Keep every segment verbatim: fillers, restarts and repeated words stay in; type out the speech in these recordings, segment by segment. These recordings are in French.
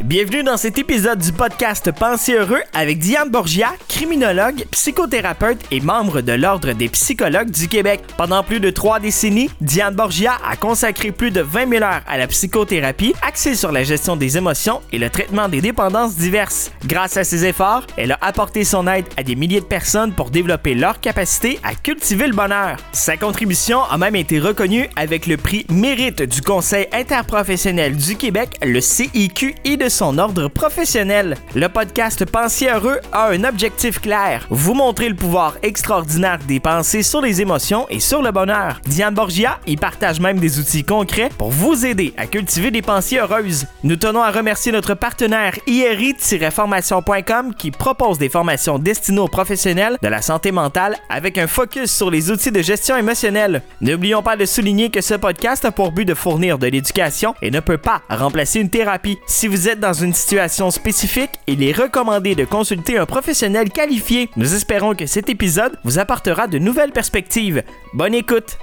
Bienvenue dans cet épisode du podcast Pensez heureux avec Diane Borgia, criminologue, psychothérapeute et membre de l'Ordre des psychologues du Québec. Pendant plus de trois décennies, Diane Borgia a consacré plus de vingt mille heures à la psychothérapie, axée sur la gestion des émotions et le traitement des dépendances diverses. Grâce à ses efforts, elle a apporté son aide à des milliers de personnes pour développer leur capacité à cultiver le bonheur. Sa contribution a même été reconnue avec le prix Mérite du Conseil interprofessionnel du Québec, le C I Q, et de son ordre professionnel. Le podcast Pensez heureux a un objectif clair, vous montrer le pouvoir extraordinaire des pensées sur les émotions et sur le bonheur. Diane Borgia y partage même des outils concrets pour vous aider à cultiver des pensées heureuses. Nous tenons à remercier notre partenaire I R I tiret formation point com qui propose des formations destinées aux professionnels de la santé mentale avec un focus sur les outils de gestion émotionnelle. N'oublions pas de souligner que ce podcast a pour but de fournir de l'éducation et ne peut pas remplacer une thérapie. Si vous êtes dans une situation spécifique, il est recommandé de consulter un professionnel qualifié. Nous espérons que cet épisode vous apportera de nouvelles perspectives. Bonne écoute!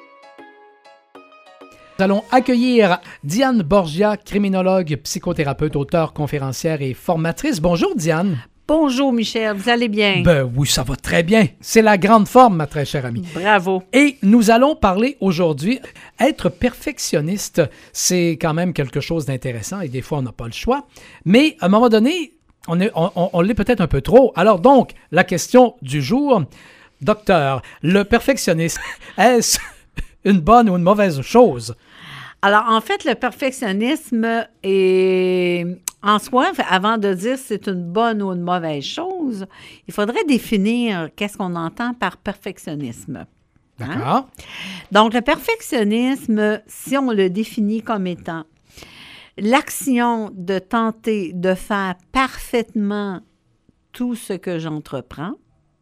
Nous allons accueillir Diane Borgia, criminologue, psychothérapeute, auteure, conférencière et formatrice. Bonjour Diane. Bonjour Michel, vous allez bien? Ben oui, ça va très bien. C'est la grande forme, ma très chère amie. Bravo. Et nous allons parler aujourd'hui. Être perfectionniste, c'est quand même quelque chose d'intéressant et des fois, on n'a pas le choix. Mais à un moment donné, on, est, on, on, on l'est peut-être un peu trop. Alors donc, la question du jour, docteur, le perfectionnisme, est-ce une bonne ou une mauvaise chose? Alors, en fait, le perfectionnisme est... En soi, avant de dire si c'est une bonne ou une mauvaise chose, il faudrait définir qu'est-ce qu'on entend par perfectionnisme. D'accord. Hein? Donc, le perfectionnisme, si on le définit comme étant l'action de tenter de faire parfaitement tout ce que j'entreprends,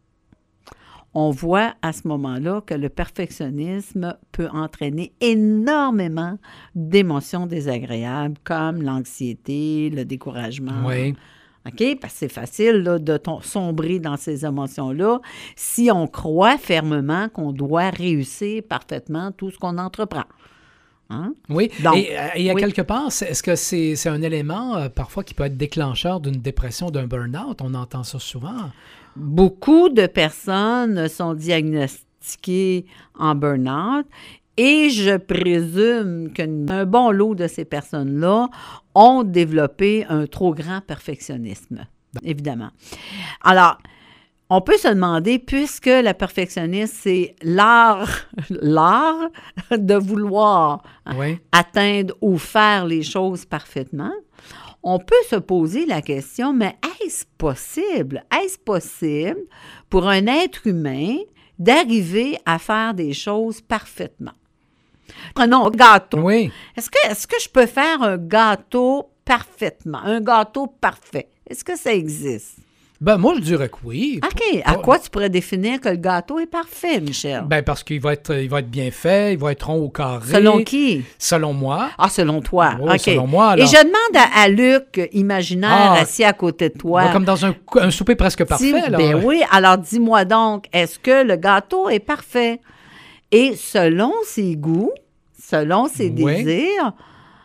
on voit à ce moment-là que le perfectionnisme peut entraîner énormément d'émotions désagréables comme l'anxiété, le découragement. Oui. OK? Parce que c'est facile là, de ton, sombrer dans ces émotions-là si on croit fermement qu'on doit réussir parfaitement tout ce qu'on entreprend. Hein? Oui, Donc, et, et à oui. quelque part, est-ce que c'est, c'est un élément euh, parfois qui peut être déclencheur d'une dépression, d'un burn-out? On entend ça souvent. Beaucoup de personnes sont diagnostiquées en burn-out et je présume qu'un bon lot de ces personnes-là ont développé un trop grand perfectionnisme, évidemment. Alors, on peut se demander, puisque le perfectionnisme, c'est l'art, l'art de vouloir Oui. atteindre ou faire les choses parfaitement, on peut se poser la question, mais est-ce possible, est-ce possible pour un être humain d'arriver à faire des choses parfaitement? Prenons un gâteau. Oui. Est-ce que, est-ce que je peux faire un gâteau parfaitement, un gâteau parfait? Est-ce que ça existe? Ben, moi, je dirais que oui. OK. À quoi tu pourrais définir que le gâteau est parfait, Michel? Ben, parce qu'il va être, il va être bien fait, il va être rond au carré. Selon qui? Selon moi. Ah, selon toi. Oh, OK. selon moi, alors. Et je demande à, à Luc, imaginaire, Ah, assis à côté de toi. Comme dans un, un souper presque parfait. Dis- Là. Ben oui, alors dis-moi donc, est-ce que le gâteau est parfait? Et selon ses goûts, selon ses Oui. désirs,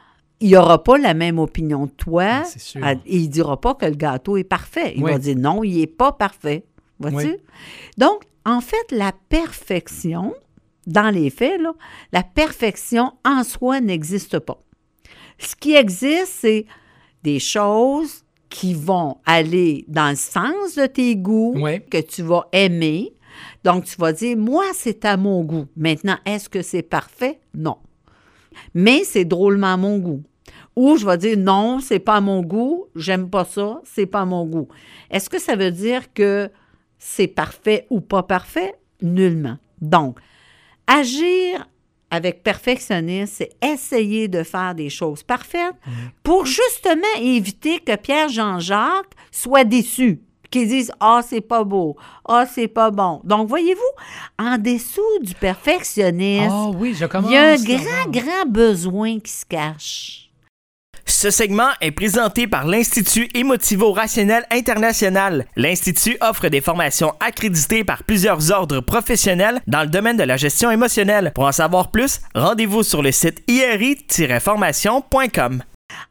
il n'aura pas la même opinion de toi. C'est sûr. À- il ne dira pas que le gâteau est parfait. Il Oui. va dire non, il n'est pas parfait. Vois-tu? Oui. Donc, en fait, la perfection, dans les faits, là, la perfection en soi n'existe pas. Ce qui existe, c'est des choses qui vont aller dans le sens de tes goûts, Oui. que tu vas aimer. Donc, tu vas dire, moi, c'est à mon goût. Maintenant, est-ce que c'est parfait? Non. Mais c'est drôlement à mon goût. Ou je vais dire, non, c'est pas à mon goût, j'aime pas ça, c'est pas à mon goût. Est-ce que ça veut dire que c'est parfait ou pas parfait? Nullement. Donc, agir avec perfectionnisme, c'est essayer de faire des choses parfaites pour justement éviter que Pierre-Jean-Jacques soit déçu, qu'ils disent « Ah, c'est pas beau. Ah, c'est pas bon. » Donc, voyez-vous, en dessous du perfectionnisme, Ah oui, je commence. il y a un à grand, voir. grand besoin qui se cache. Ce segment est présenté par l'Institut Émotivo-Rationnel International. L'Institut offre des formations accréditées par plusieurs ordres professionnels dans le domaine de la gestion émotionnelle. Pour en savoir plus, rendez-vous sur le site I R I tiret formation point com.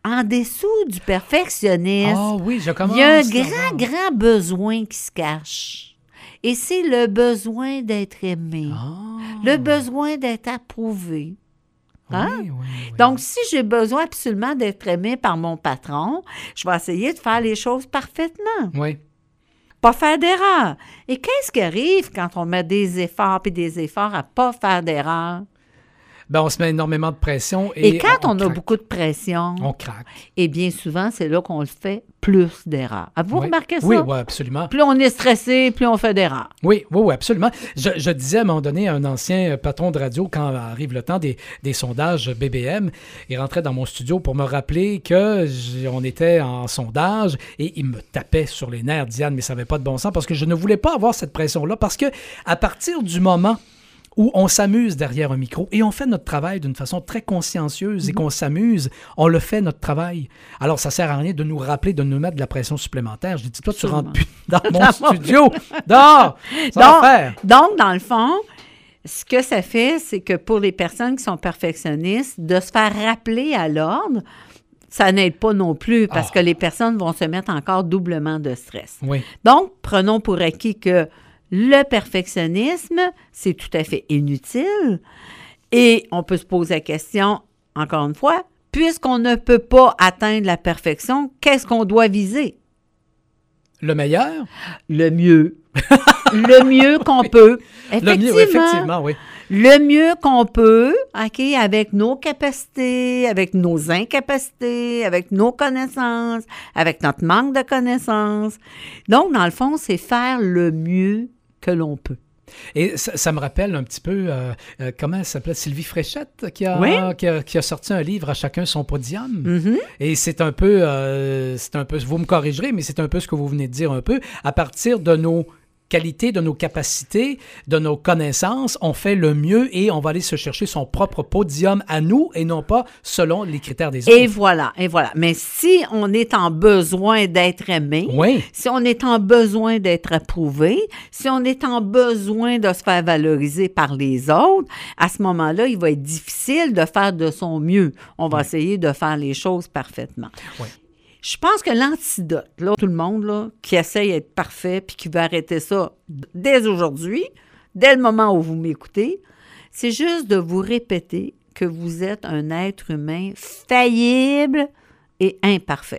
en dessous du perfectionnisme, Ah oui, je commence. il y a un à grand, voir. grand besoin qui se cache. Et c'est le besoin d'être aimé, Ah. le besoin d'être approuvé. Hein? Oui, oui, oui. Donc, si j'ai besoin absolument d'être aimé par mon patron, je vais essayer de faire les choses parfaitement. Oui. Pas faire d'erreur. Et qu'est-ce qui arrive quand on met des efforts et des efforts à pas faire d'erreur? Ben, on se met énormément de pression. Et, Et quand on, a craque. beaucoup de pression, On craque. et bien souvent, c'est là qu'on le fait plus d'erreurs. Avez-vous Oui. remarqué ça? Oui, oui, absolument. Plus on est stressé, plus on fait d'erreurs. Oui, oui, oui, absolument. Je, je disais à un moment donné à un ancien patron de radio, quand arrive le temps des, des sondages B B M, il rentrait dans mon studio pour me rappeler que j'- on était en sondage et il me tapait sur les nerfs, Diane, mais ça n'avait pas de bon sens parce que je ne voulais pas avoir cette pression-là parce que à partir du moment où on s'amuse derrière un micro et on fait notre travail d'une façon très consciencieuse et qu'on s'amuse, on le fait notre travail. Alors, ça sert à rien de nous rappeler, de nous mettre de la pression supplémentaire. Je dis, toi, tu rentres plus dans mon Dans mon- studio. Dehors! Ça va Donc, faire. donc, dans le fond, ce que ça fait, c'est que pour les personnes qui sont perfectionnistes, de se faire rappeler à l'ordre, ça n'aide pas non plus parce Ah. que les personnes vont se mettre encore doublement de stress. Oui. Donc, prenons pour acquis que le perfectionnisme, c'est tout à fait inutile. Et on peut se poser la question, encore une fois, puisqu'on ne peut pas atteindre la perfection, qu'est-ce qu'on doit viser? Le meilleur? Le mieux. Le mieux qu'on peut. Le Effectivement. mieux, effectivement, oui. Le mieux qu'on peut, OK, avec nos capacités, avec nos incapacités, avec nos connaissances, avec notre manque de connaissances. Donc, dans le fond, c'est faire le mieux que l'on peut. Et ça, ça me rappelle un petit peu, euh, euh, comment elle s'appelait, Sylvie Fréchette, qui a, Oui. qui, a, qui a sorti un livre, À chacun son podium. Mhm. Et c'est un peu, euh, c'est un peu, vous me corrigerez, mais c'est un peu ce que vous venez de dire un peu. À partir de nos qualités, de nos capacités, de nos connaissances, on fait le mieux et on va aller se chercher son propre podium à nous et non pas selon les critères des autres. Et voilà, et voilà. Mais si on est en besoin d'être aimé, Oui. si on est en besoin d'être approuvé, si on est en besoin de se faire valoriser par les autres, à ce moment-là, il va être difficile de faire de son mieux. On va essayer de faire les choses parfaitement. Oui. Je pense que l'antidote, là, tout le monde là, qui essaye d'être parfait puis qui veut arrêter ça dès aujourd'hui, dès le moment où vous m'écoutez, c'est juste de vous répéter que vous êtes un être humain faillible et imparfait.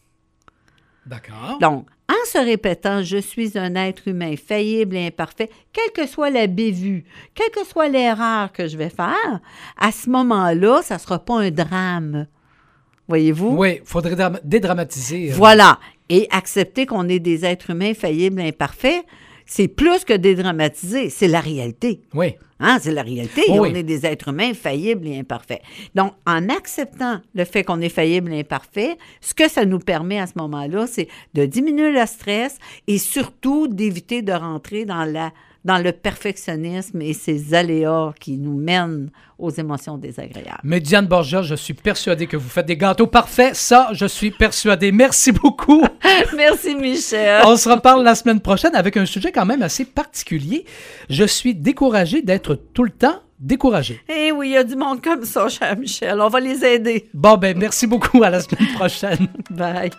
D'accord. Donc, en se répétant « Je suis un être humain faillible et imparfait », quelle que soit la bévue, quelle que soit l'erreur que je vais faire, à ce moment-là, ça ne sera pas un drame. Voyez-vous? Oui, il faudrait dra- dédramatiser. euh, Voilà. Et accepter qu'on est des êtres humains faillibles et imparfaits, c'est plus que dédramatiser, c'est la réalité. Oui. Hein, c'est la réalité. Oh on oui. est des êtres humains faillibles et imparfaits. Donc, en acceptant le fait qu'on est faillible et imparfait, ce que ça nous permet à ce moment-là, c'est de diminuer le stress et surtout d'éviter de rentrer dans la dans le perfectionnisme et ces aléas qui nous mènent aux émotions désagréables. Mais Diane Borgia, je suis persuadée que vous faites des gâteaux parfaits. Ça, je suis persuadée. Merci beaucoup. Merci, Michel. On se reparle la semaine prochaine avec un sujet quand même assez particulier. Je suis découragée d'être tout le temps découragée. Eh oui, il y a du monde comme ça, cher Michel. On va les aider. Bon, ben merci beaucoup. À la semaine prochaine. Bye.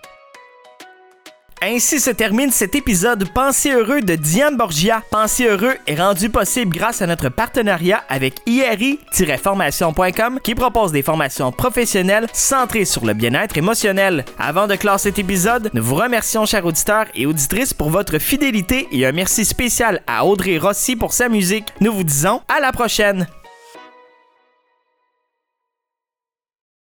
Ainsi se termine cet épisode Pensez heureux de Diane Borgia. Pensez heureux est rendu possible grâce à notre partenariat avec I R I formation point com qui propose des formations professionnelles centrées sur le bien-être émotionnel. Avant de clore cet épisode, nous vous remercions, chers auditeurs et auditrices, pour votre fidélité et un merci spécial à Audrey Rossi pour sa musique. Nous vous disons à la prochaine!